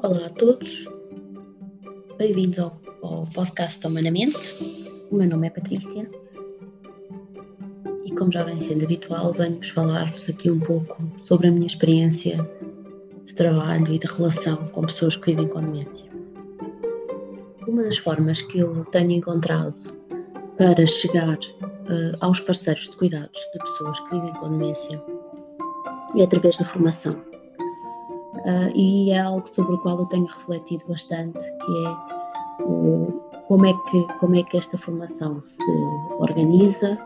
Olá a todos, bem-vindos ao podcast Humanamente. O meu nome é Patrícia e, como já vem sendo habitual, venho-vos falar-vos aqui um pouco sobre a minha experiência de trabalho e de relação com pessoas que vivem com demência. Uma das formas que eu tenho encontrado para chegar aos parceiros de cuidados de pessoas que vivem com demência é através da formação. E é algo sobre o qual eu tenho refletido bastante, que é como é que esta formação se organiza,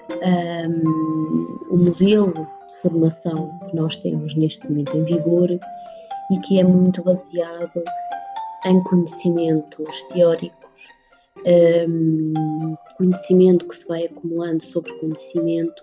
o modelo de formação que nós temos neste momento em vigor e que é muito baseado em conhecimentos teóricos, conhecimento que se vai acumulando sobre conhecimento,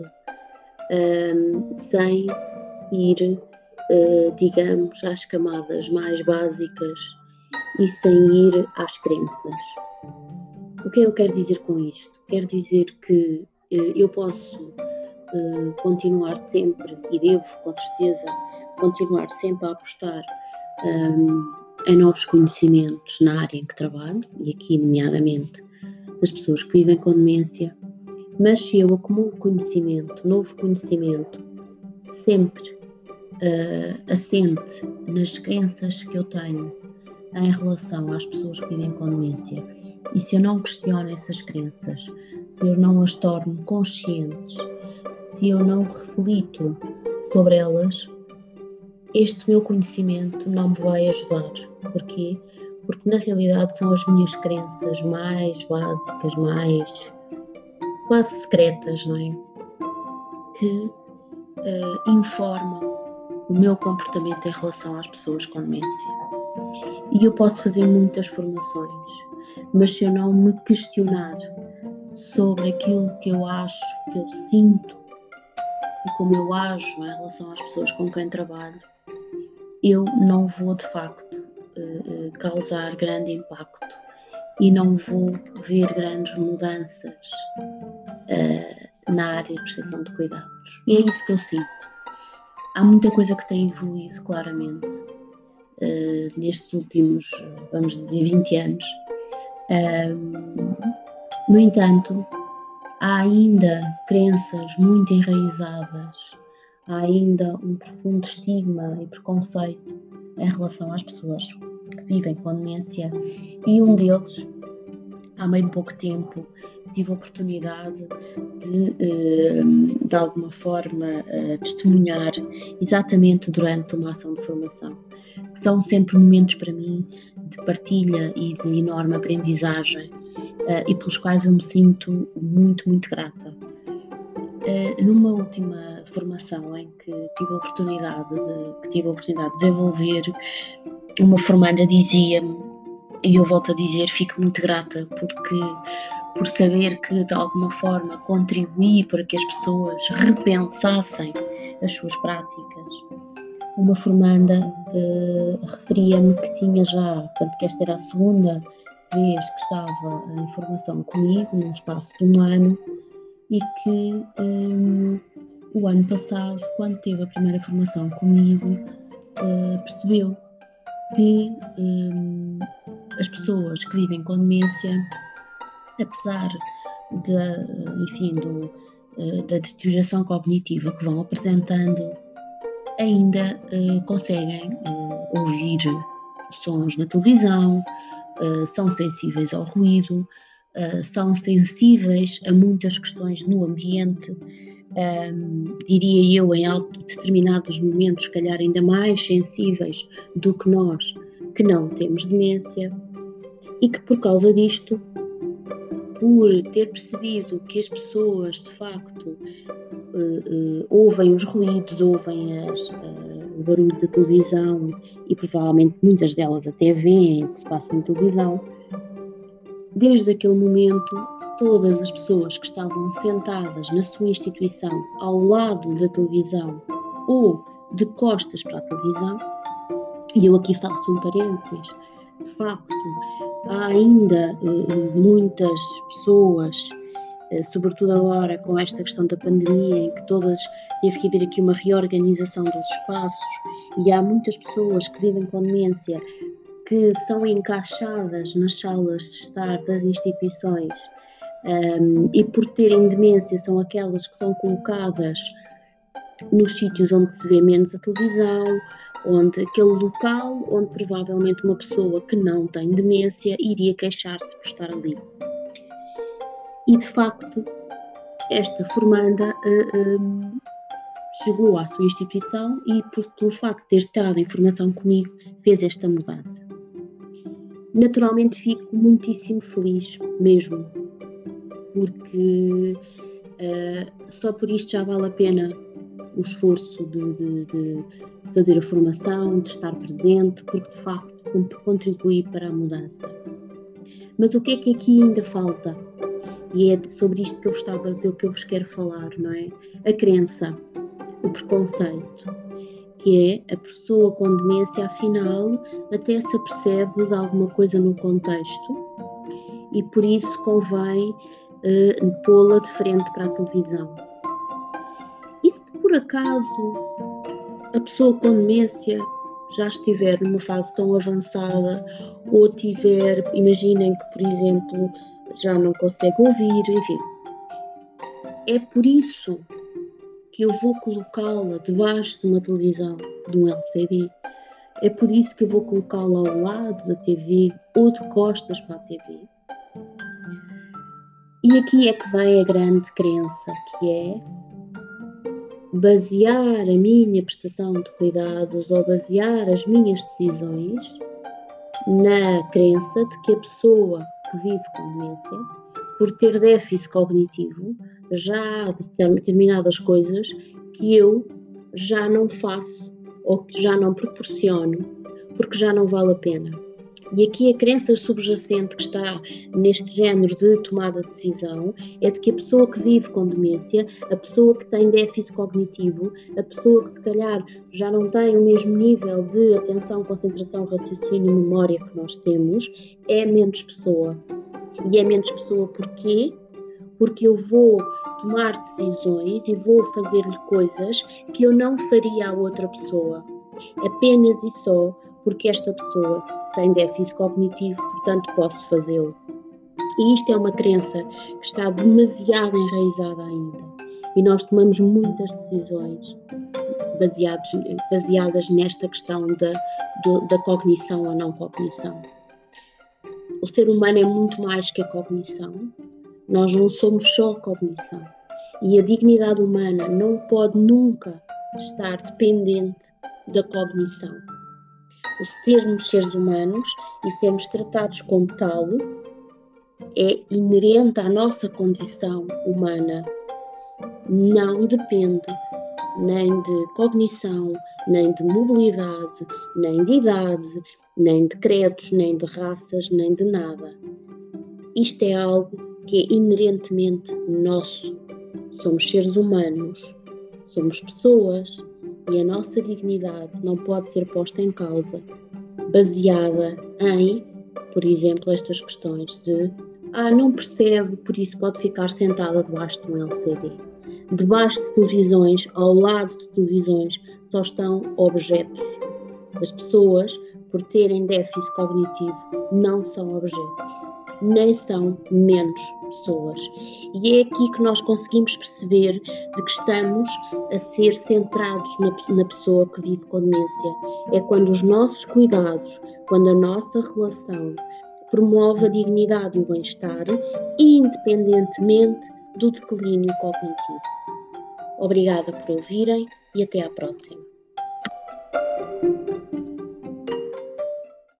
sem ir, digamos, às camadas mais básicas e sem ir às crenças. O que eu quero dizer com isto? Quero dizer que eu posso continuar sempre, e devo com certeza continuar sempre a apostar em novos conhecimentos na área em que trabalho, e aqui nomeadamente das pessoas que vivem com demência, mas se eu acumulo conhecimento, novo conhecimento, sempre assente nas crenças que eu tenho em relação às pessoas que vivem com demência, e se eu não questiono essas crenças, se eu não as torno conscientes, se eu não reflito sobre elas, este meu conhecimento não me vai ajudar. Porquê? Porque na realidade são as minhas crenças mais básicas, mais quase secretas, não é? Que informam o meu comportamento em relação às pessoas com demência. E eu posso fazer muitas formações, mas se eu não me questionar sobre aquilo que eu acho, que eu sinto e como eu ajo em relação às pessoas com quem trabalho, eu não vou de facto causar grande impacto e não vou ver grandes mudanças na área de prestação de cuidados. E é isso que eu sinto. Há muita coisa que tem evoluído claramente nestes últimos, vamos dizer, 20 anos. No entanto, há ainda crenças muito enraizadas, há ainda um profundo estigma e preconceito em relação às pessoas que vivem com demência, e um deles, há bem pouco tempo, tive a oportunidade de alguma forma, testemunhar exatamente durante uma ação de formação. São sempre momentos para mim de partilha e de enorme aprendizagem e pelos quais eu me sinto muito, muito grata. Numa última formação em que tive a oportunidade de desenvolver, uma formanda dizia-me, e eu volto a dizer, fico muito grata por saber que de alguma forma contribuí para que as pessoas repensassem as suas práticas. Uma formanda referia-me que tinha já, portanto que esta era a segunda vez que estava em formação comigo, num espaço de um ano, e que o ano passado, quando teve a primeira formação comigo, percebeu que as pessoas que vivem com demência, apesar da deterioração cognitiva que vão apresentando, ainda conseguem ouvir sons na televisão, são sensíveis ao ruído, são sensíveis a muitas questões no ambiente, diria eu, em determinados momentos, se calhar ainda mais sensíveis do que nós, que não temos demência, e que por causa disto, por ter percebido que as pessoas de facto ouvem os ruídos, ouvem o barulho da televisão, e provavelmente muitas delas até veem o que se passa na televisão, desde aquele momento todas as pessoas que estavam sentadas na sua instituição ao lado da televisão ou de costas para a televisão, e eu aqui faço um parênteses, de facto há ainda muitas pessoas, sobretudo agora com esta questão da pandemia, em que teve que haver aqui uma reorganização dos espaços, e há muitas pessoas que vivem com demência que são encaixadas nas salas de estar das instituições e por terem demência são aquelas que são colocadas nos sítios onde se vê menos a televisão, onde aquele local onde provavelmente uma pessoa que não tem demência iria queixar-se por estar ali. E de facto, esta formanda chegou à sua instituição e, pelo facto de ter estado em formação comigo, fez esta mudança. Naturalmente fico muitíssimo feliz, mesmo, porque só por isto já vale a pena o esforço de fazer a formação, de estar presente, porque de facto contribui para a mudança. Mas o que é que aqui ainda falta? E é sobre isto que eu vos quero falar, não é? A crença, o preconceito, que é a pessoa com demência, afinal, até se apercebe de alguma coisa no contexto e por isso convém pô-la de frente para a televisão. E se por acaso a pessoa com demência já estiver numa fase tão avançada ou tiver, imaginem que, por exemplo, já não consegue ouvir, enfim, é por isso que eu vou colocá-la debaixo de uma televisão, de um LCD. É por isso que eu vou colocá-la ao lado da TV ou de costas para a TV. E aqui é que vem a grande crença, que é basear a minha prestação de cuidados ou basear as minhas decisões na crença de que a pessoa que vive com demência, por ter déficit cognitivo, já há determinadas coisas que eu já não faço ou que já não proporciono, porque já não vale a pena. E aqui a crença subjacente que está neste género de tomada de decisão é de que a pessoa que vive com demência, a pessoa que tem déficit cognitivo, a pessoa que se calhar já não tem o mesmo nível de atenção, concentração, raciocínio e memória que nós temos, é menos pessoa. E é menos pessoa porquê? Porque eu vou tomar decisões e vou fazer-lhe coisas que eu não faria a outra pessoa. Apenas e só porque esta pessoa tem déficit cognitivo, portanto posso fazê-lo. E isto é uma crença que está demasiado enraizada ainda. E nós tomamos muitas decisões baseadas nesta questão da cognição ou não cognição. O ser humano é muito mais que a cognição. Nós não somos só cognição. E a dignidade humana não pode nunca estar dependente da cognição. O sermos seres humanos e sermos tratados como tal é inerente à nossa condição humana. Não depende nem de cognição, nem de mobilidade, nem de idade, nem de credos, nem de raças, nem de nada. Isto é algo que é inerentemente nosso. Somos seres humanos, somos pessoas e a nossa dignidade não pode ser posta em causa, baseada em, por exemplo, estas questões de não percebe, por isso pode ficar sentada debaixo de um LCD. Debaixo de televisões, ao lado de televisões, só estão objetos. As pessoas, por terem déficit cognitivo, não são objetos, nem são menos pessoas. E é aqui que nós conseguimos perceber de que estamos a ser centrados na pessoa que vive com demência. É quando os nossos cuidados, quando a nossa relação promove a dignidade e o bem-estar, independentemente do declínio cognitivo. Obrigada por ouvirem e até à próxima.